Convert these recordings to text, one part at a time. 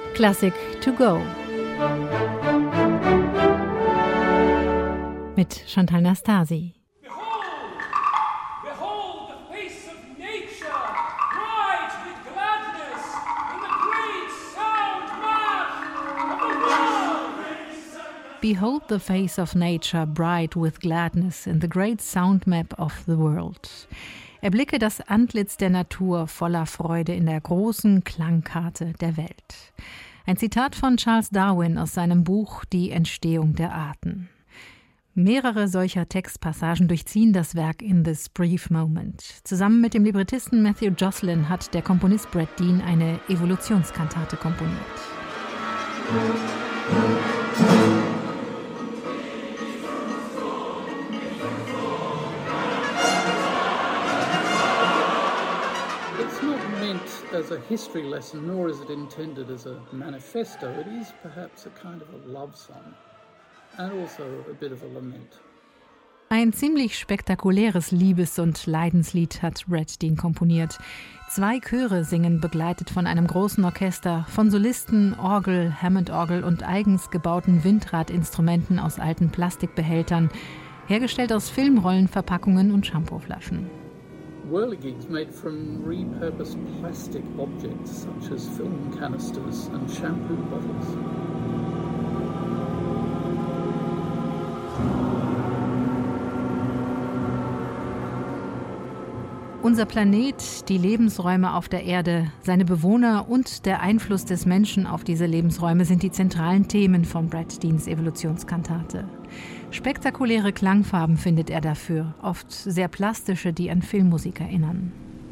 Classic to go mit Chantal Nastasi. Behold the face of nature bright with gladness in the great sound map of the world. Erblicke das Antlitz der Natur voller Freude in der großen Klangkarte der Welt. Ein Zitat von Charles Darwin aus seinem Buch Die Entstehung der Arten. Mehrere solcher Textpassagen durchziehen das Werk In This Brief Moment. Zusammen mit dem Librettisten Matthew Jocelyn hat der Komponist Brad Dean eine Evolutionskantate komponiert. As a history lesson, nor is it intended as a manifesto. It is perhaps a kind of a love song and also a bit of a lament. Ein ziemlich spektakuläres Liebes- und Leidenslied hat Brad Dean komponiert. 2 Chöre singen begleitet von einem großen Orchester, von Solisten, Orgel, Hammond-Orgel und eigens gebauten Windradinstrumenten aus alten Plastikbehältern, hergestellt aus Filmrollenverpackungen und Shampooflaschen. Whirligigs made from repurposed plastic objects such as film canisters and shampoo bottles. Unser Planet, die Lebensräume auf der Erde, seine Bewohner und der Einfluss des Menschen auf diese Lebensräume sind die zentralen Themen von Brad Deans Evolutionskantate. Spektakuläre Klangfarben findet er dafür, oft sehr plastische, die an Filmmusik erinnern.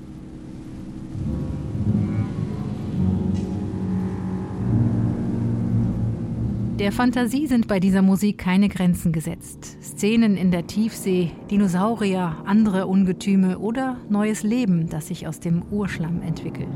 Der Fantasie sind bei dieser Musik keine Grenzen gesetzt. Szenen in der Tiefsee, Dinosaurier, andere Ungetüme oder neues Leben, das sich aus dem Urschlamm entwickelt.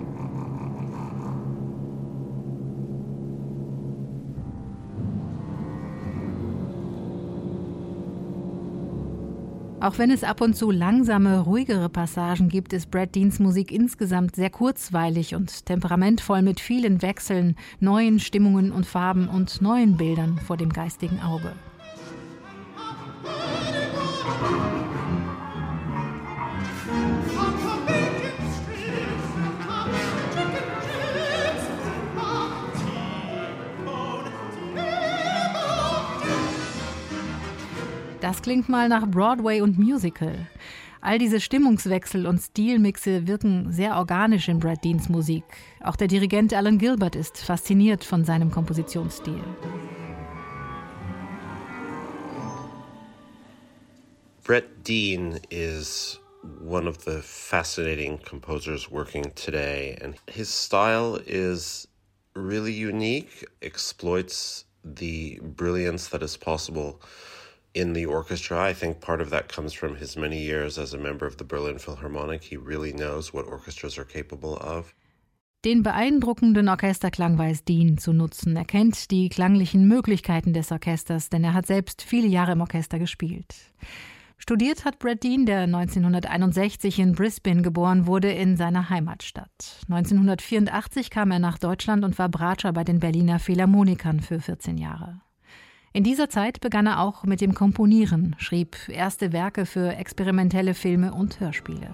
Auch wenn es ab und zu langsame, ruhigere Passagen gibt, ist Brad Deans Musik insgesamt sehr kurzweilig und temperamentvoll mit vielen Wechseln, neuen Stimmungen und Farben und neuen Bildern vor dem geistigen Auge. Das klingt mal nach Broadway und Musical. All diese Stimmungswechsel und Stilmixe wirken sehr organisch in Brad Deans Musik. Auch der Dirigent Alan Gilbert ist fasziniert von seinem Kompositionsstil. Brad Dean is one of the fascinating composers working today, and his style is really unique, exploits the brilliance that is possible in the orchestra. I think part of that comes from his many years as a member of the Berlin Philharmonic. He really knows what orchestras are capable of. Den beeindruckenden Orchesterklang weiß Dean zu nutzen. Er kennt die klanglichen Möglichkeiten des Orchesters, denn er hat selbst viele Jahre im Orchester gespielt. Studiert hat Brad Dean, der 1961 in Brisbane geboren wurde, in seiner Heimatstadt. 1984 kam er nach Deutschland und war Bratscher bei den Berliner Philharmonikern für 14 Jahre. In dieser Zeit begann er auch mit dem Komponieren, schrieb erste Werke für experimentelle Filme und Hörspiele.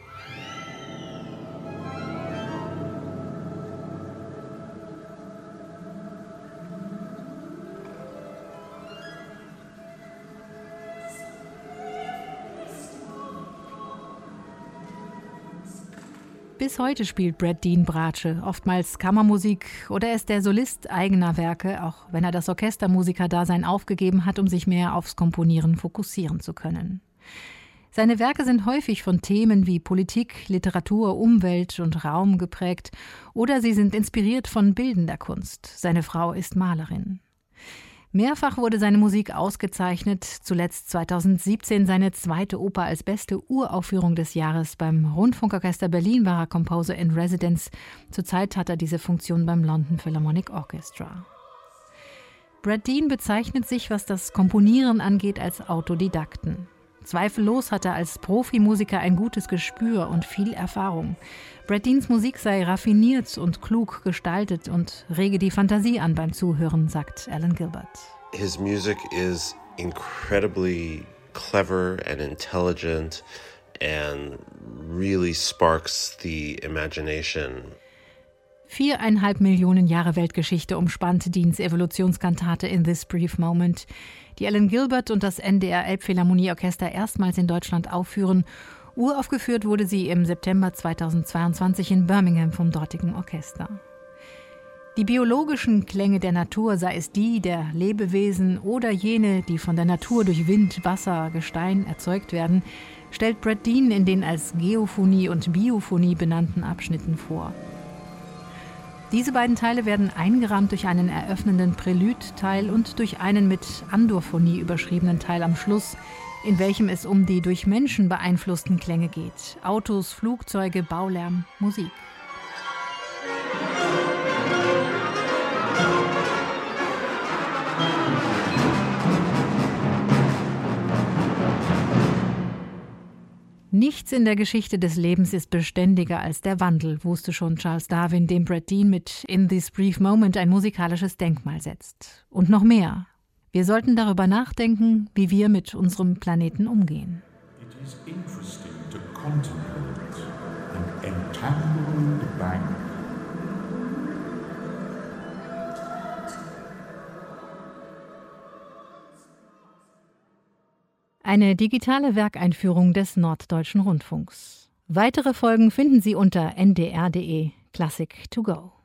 Bis heute spielt Brad Dean Bratsche, oftmals Kammermusik oder er ist der Solist eigener Werke, auch wenn er das Orchestermusikerdasein aufgegeben hat, um sich mehr aufs Komponieren fokussieren zu können. Seine Werke sind häufig von Themen wie Politik, Literatur, Umwelt und Raum geprägt oder sie sind inspiriert von bildender Kunst. Seine Frau ist Malerin. Mehrfach wurde seine Musik ausgezeichnet, zuletzt 2017 seine zweite Oper als beste Uraufführung des Jahres. Beim Rundfunkorchester Berlin war er Composer in Residence. Zurzeit hat er diese Funktion beim London Philharmonic Orchestra. Brad Dean bezeichnet sich, was das Komponieren angeht, als Autodidakten. Zweifellos hat er als Profimusiker ein gutes Gespür und viel Erfahrung. Brett Deans Musik sei raffiniert und klug gestaltet und rege die Fantasie an beim Zuhören, sagt Alan Gilbert. His music is incredibly clever and intelligent and really sparks the imagination. 4,5 Millionen Jahre Weltgeschichte umspannt Deans Evolutionskantate In This Brief Moment, die Alan Gilbert und das NDR Elbphilharmonieorchester erstmals in Deutschland aufführen. Uraufgeführt wurde sie im September 2022 in Birmingham vom dortigen Orchester. Die biologischen Klänge der Natur, sei es die der Lebewesen oder jene, die von der Natur durch Wind, Wasser, Gestein erzeugt werden, stellt Brett Dean in den als Geophonie und Biophonie benannten Abschnitten vor. Diese beiden Teile werden eingerahmt durch einen eröffnenden Präludteil und durch einen mit Andorphonie überschriebenen Teil am Schluss, in welchem es um die durch Menschen beeinflussten Klänge geht. Autos, Flugzeuge, Baulärm, Musik. Nichts in der Geschichte des Lebens ist beständiger als der Wandel, wusste schon Charles Darwin, dem Brett Dean mit In This Brief Moment ein musikalisches Denkmal setzt. Und noch mehr. Wir sollten darüber nachdenken, wie wir mit unserem Planeten umgehen. It is interesting to contemplate an entangled bank. Eine digitale Werkeinführung des Norddeutschen Rundfunks. Weitere Folgen finden Sie unter ndr.de Classic to go.